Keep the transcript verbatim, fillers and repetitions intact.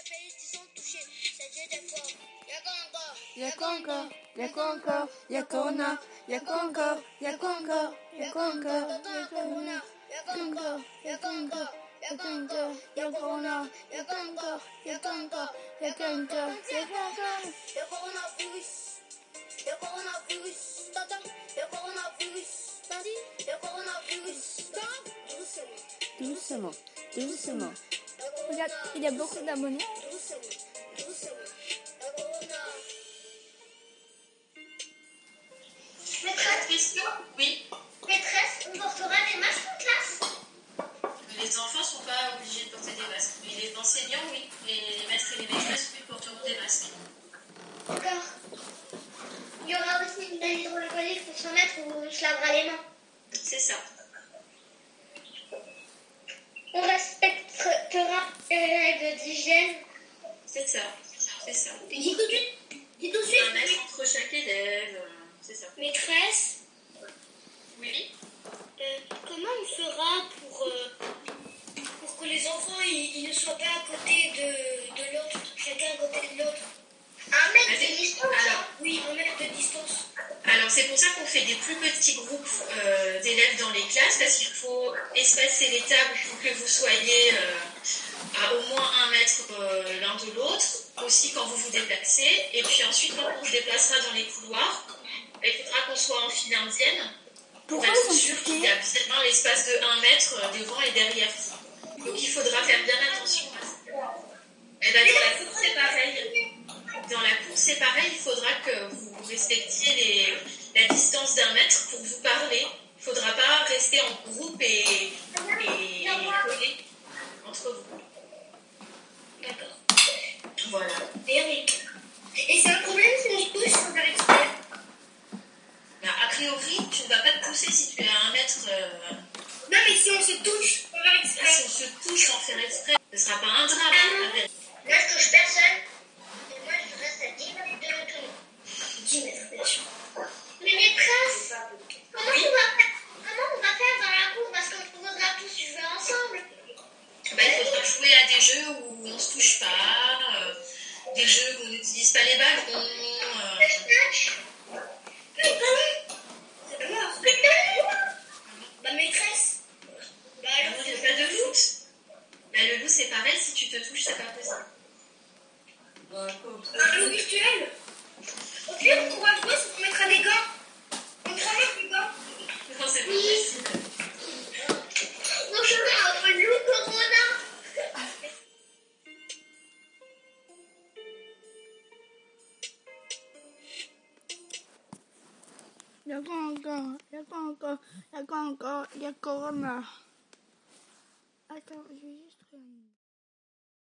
pays qui sont touchés. C'est Dieu des forts. Y'a quoi encore? Y'a quoi encore? Y'a quoi encore? Y'a Corona. Y'a quoi encore? Y'a quoi encore? Y'a quoi encore? Y'a Corona. Y'a quoi encore? Y'a quoi encore? Y'a quoi encore? Y'a Corona. Y'a quoi encore? Y'a quoi encore? Y'a quoi encore? Y'a quoi encore? Y'a coronavirus. Y'a coronavirus. T'entends? Y'a coronavirus. T'as dit? Y'a coronavirus. Doucement. Doucement, doucement. Regarde, il y a beaucoup d'abonnés. Doucement. Doucement. Y'a corona. Maîtresse, question? Oui. Maîtresse, on portera des masques en classe? Les enfants ne sont pas obligés de porter des masques. Mais les enseignants, oui. Les maîtres et les maîtresses, oui, porteront des masques. D'accord. Il y aura aussi une belle hydroalcoolique pour se mettre où on se lavera les mains. C'est ça. On respectera les règles d'hygiène. C'est ça. C'est ça. Dis tout de suite. Dis tout de suite. Un mètre entre chaque élève. euh, C'est ça. Maîtresse, Oui. euh, comment on fera pour, euh, pour que les enfants ils, ils ne soient pas à côté de, de l'autre, chacun à côté de l'autre? Un mètre Vas-y. de distance. Alors. Oui, un mètre de distance. Alors, c'est pour ça qu'on fait des plus petits groupes euh, d'élèves dans les classes, parce qu'il faut espacer les tables pour que vous soyez euh, à au moins un mètre euh, l'un de l'autre, aussi quand vous vous déplacez. Et puis ensuite, quand on se déplacera dans les couloirs, il faudra qu'on soit en file indienne pour Pourquoi être ils ont sûr qu'il y piqué? a bien l'espace de un mètre euh, devant et derrière vous. Donc, il faudra faire bien attention à ça. Et ben, dans la cour, c'est pareil. Dans la cour, c'est pareil, il faudra que vous respectiez les, la distance d'un mètre pour vous parler. Il ne faudra pas rester en groupe et, et, et coller entre vous. D'accord. Voilà. Et, et c'est un problème si on se touche sans faire exprès? Ben, a priori, tu ne vas pas te pousser si tu es à un mètre. Euh, Non, mais si on se touche sans faire si exprès. on se touche sans faire exprès, ce ne sera pas un drame. Hein, Adèle. Moi, je touche personne. Et moi, je reste à dix mètres de tout le monde. dix mètres, bien sûr. Mais maîtresse, comment, Oui. on va faire, comment on va faire dans la cour? Parce qu'on voudra tous jouer ensemble. Ben, il faudra jouer à des jeux où on ne se touche pas, euh, des jeux où on n'utilise pas les ballons. Euh, Le snatch. Le ballon. C'est pas mort. Le ballon. Bah, maîtresse. Bah, alors, alors, il n'y a pas de foot. Ben, le loup, c'est pareil, si tu te touches, c'est pas possible. un loup virtuel. Au pire, on va jouer, c'est qu'on mettra des gants. On prend des gants. Non, c'est pas possible. On jouera entre loup corona. Y'a quoi encore? Y'a quoi encore? Y'a quoi encore? Y'a Corona. Attends, je vais juste regarder.